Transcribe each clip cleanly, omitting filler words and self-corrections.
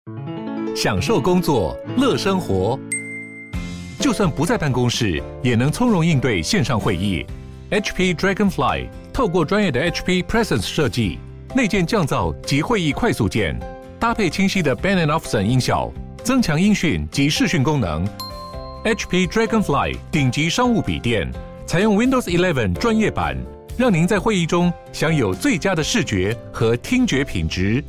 享受工作，乐生活。就算不在办公室，也能从容应对线上会议。HP Dragonfly 透过专业的 HP Presence 设计，内建降噪及会议快速键，搭配清晰的 Bang & Olufsen 音效，增强音讯及视讯功能。HP Dragonfly 顶级商务笔电，采用 Windows 11专业版，让您在会议中享有最佳的视觉和听觉品质。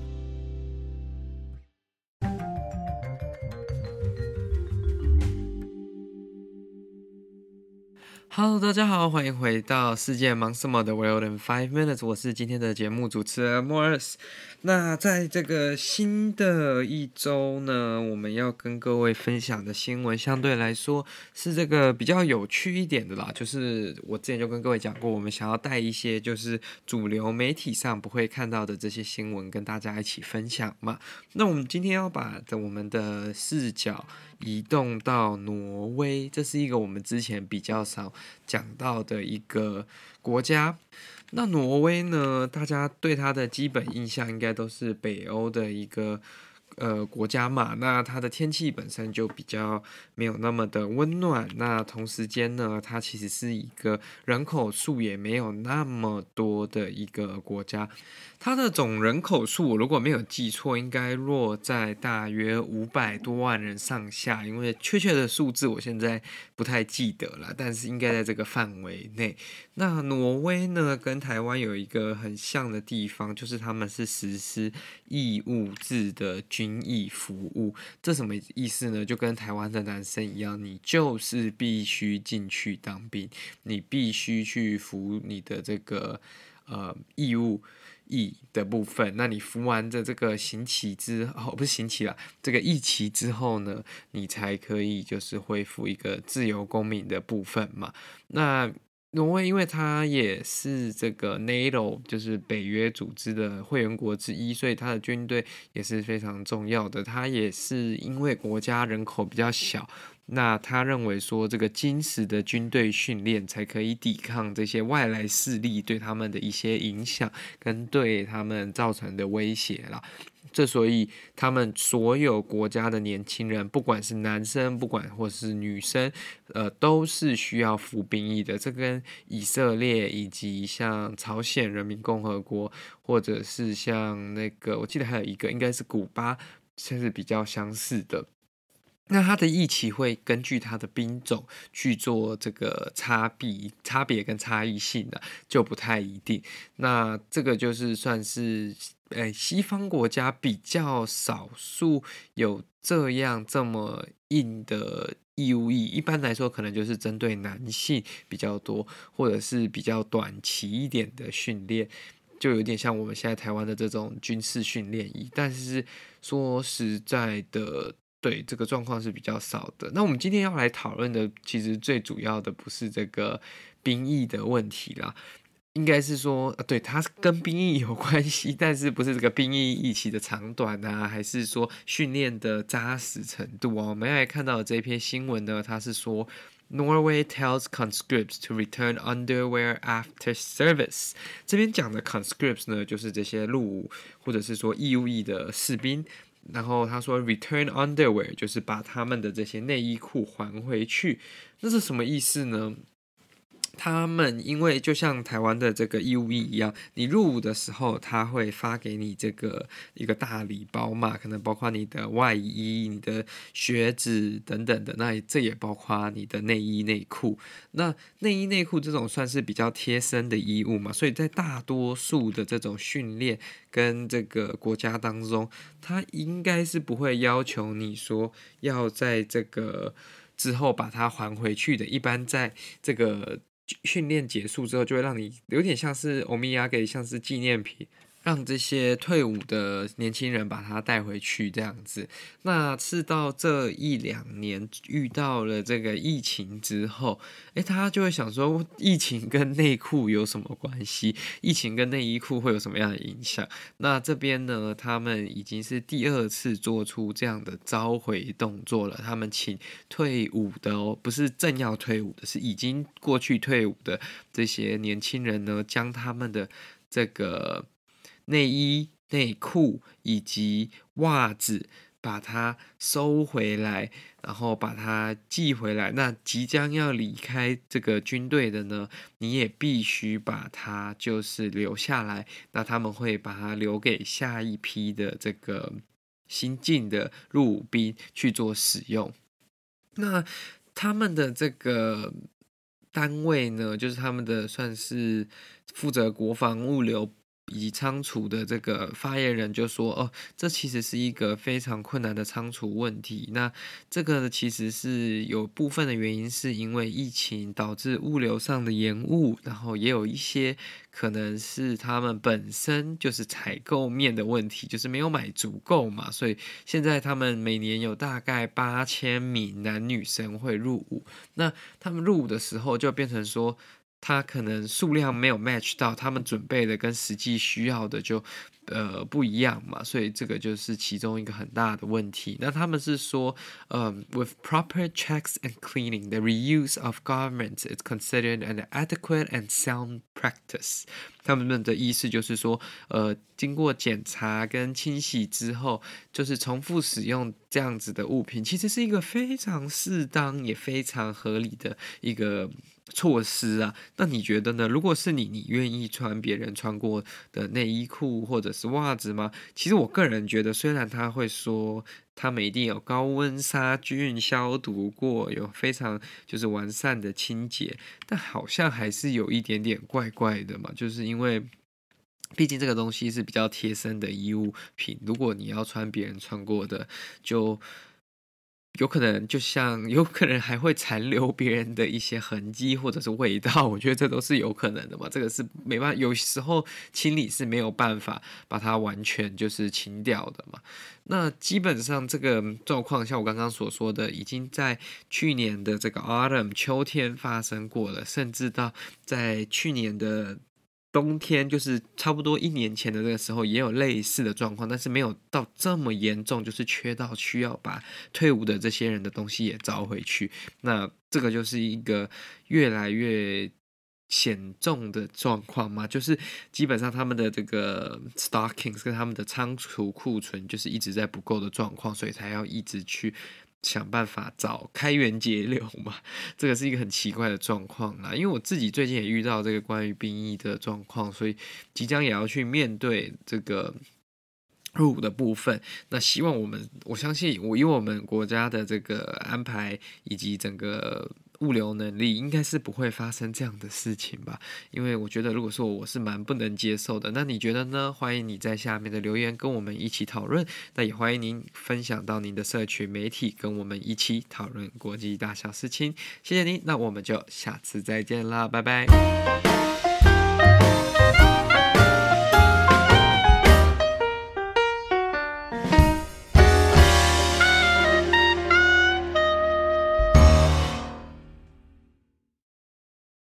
Hello， 大家好，欢迎回到世界忙什么的 World in 5 Minutes， 我是今天的节目主持人 Morris。那在这个新的一周呢，我们要跟各位分享的新闻相对来说是这个比较有趣一点的啦，就是我之前就跟各位讲过，我们想要带一些就是主流媒体上不会看到的这些新闻跟大家一起分享嘛。那我们今天要把我们的视角移动到挪威，这是一个我们之前比较少讲到的一个国家。那挪威呢，大家对它的基本印象应该都是北欧的一个国家嘛，那它的天气本身就比较没有那么的温暖，那同时间呢，它其实是一个人口数也没有那么多的一个国家。它的总人口数我如果没有记错，应该落在大约500多万人上下，因为确切的数字我现在不太记得了，但是应该在这个范围内。那挪威呢，跟台湾有一个很像的地方，就是他们是实施义务制的军役服务。这什么意思呢？就跟台湾的男生一样，你就是必须进去当兵，你必须去服你的这个义务役的部分。那你服完的这个刑期之后，不是刑期啦，这个役期之后呢，你才可以就是恢复一个自由公民的部分嘛。那挪威因为它也是这个 NATO 就是北约组织的会员国之一，所以它的军队也是非常重要的。它也是因为国家人口比较小，那他认为说这个精实的军队训练才可以抵抗这些外来势力对他们的一些影响跟对他们造成的威胁啦。这所以他们所有国家的年轻人，不管是男生，不管或是女生，都是需要服兵役的。这跟以色列以及像朝鲜人民共和国，或者是像那个我记得还有一个应该是古巴，是比较相似的。那它的役期会根据它的兵种去做这个差别跟差异性的，就不太一定。那这个就是算是西方国家比较少数有这么硬的义务役，一般来说可能就是针对男性比较多，或者是比较短期一点的训练。就有点像我们现在台湾的这种军事训练役，但是说实在的，对，这个状况是比较少的。那我们今天要来讨论的，其实最主要的不是这个兵役的问题啦，应该是说，对，它跟兵役有关系，但是不是这个兵役役期的长短啊，还是说训练的扎实程度啊？我们要来看到的这篇新闻呢，它是说Norway tells conscripts to return underwear after service。这边讲的 conscripts 呢，就是这些入伍或者是说义务役的士兵。然后他说 return underwear 就是把他们的这些内衣裤还回去。那是什么意思呢？他们因为就像台湾的这个义务役一样，你入伍的时候他会发给你这个一个大礼包嘛，可能包括你的外衣、你的靴子等等的，那这也包括你的内衣内裤。那内衣内裤这种算是比较贴身的衣物嘛，所以在大多数的这种训练跟这个国家当中，他应该是不会要求你说要在这个之后把它还回去的。一般在这个训练结束之后，就会让你有点像是欧米亚给，像是纪念品，让这些退伍的年轻人把它带回去这样子。那是到这1-2年遇到了这个疫情之后，他就会想说，疫情跟内裤有什么关系？疫情跟内衣裤会有什么样的影响？那这边呢，他们已经是第2次做出这样的召回动作了。他们请退伍的不是正要退伍的，是已经过去退伍的这些年轻人呢，将他们的这个内衣、内裤以及袜子把它收回来，然后把它寄回来。那即将要离开这个军队的呢，你也必须把它就是留下来。那他们会把它留给下一批的这个新进的入伍兵去做使用。那他们的这个单位呢，就是他们的算是负责国防物流以及仓储的这个发言人就说：“哦，这其实是一个非常困难的仓储问题。那这个其实是有部分的原因是因为疫情导致物流上的延误，然后也有一些可能是他们本身就是采购面的问题，就是没有买足够嘛，所以现在他们每年有大概8000名男女生会入伍。那他们入伍的时候就变成说。”他可能数量没有 match 到他们准备的跟实际需要的就不一样嘛，所以这个就是其中一个很大的问题。那他们是说with proper checks and cleaning, the reuse of garments is considered an adequate and sound practice. 他们的意思就是说经过检查跟清洗之后，就是重复使用这样子的物品，其实是一个非常适当也非常合理的一个措施啊。那你觉得呢？如果是你愿意穿别人穿过的内衣裤或者是袜子吗？其实我个人觉得，虽然他会说他们一定有高温杀菌消毒过，有非常就是完善的清洁，但好像还是有一点点怪怪的嘛，就是因为毕竟这个东西是比较贴身的衣物品，如果你要穿别人穿过的，就有可能还会残留别人的一些痕迹或者是味道，我觉得这都是有可能的嘛。这个是没办法，有时候清理是没有办法把它完全就是清掉的嘛。那基本上这个状况，像我刚刚所说的，已经在去年的这个 autumn 秋天发生过了，甚至到在去年的冬天，就是差不多1年前的这个时候，也有类似的状况，但是没有到这么严重，就是缺到需要把退伍的这些人的东西也招回去。那这个就是一个越来越显重的状况嘛，就是基本上他们的这个 stockings 跟他们的仓储库存就是一直在不够的状况，所以才要一直去想办法找开源节流嘛，这个是一个很奇怪的状况啦。因为我自己最近也遇到这个关于兵役的状况，所以即将也要去面对这个入伍的部分。那希望我相信以我们国家的这个安排以及整个物流能力，应该是不会发生这样的事情吧。因为我觉得如果说我是蛮不能接受的，那你觉得呢？欢迎你在下面的留言跟我们一起讨论，那也欢迎您分享到您的社群媒体，跟我们一起讨论国际大小事情。谢谢您，那我们就下次再见啦，拜拜。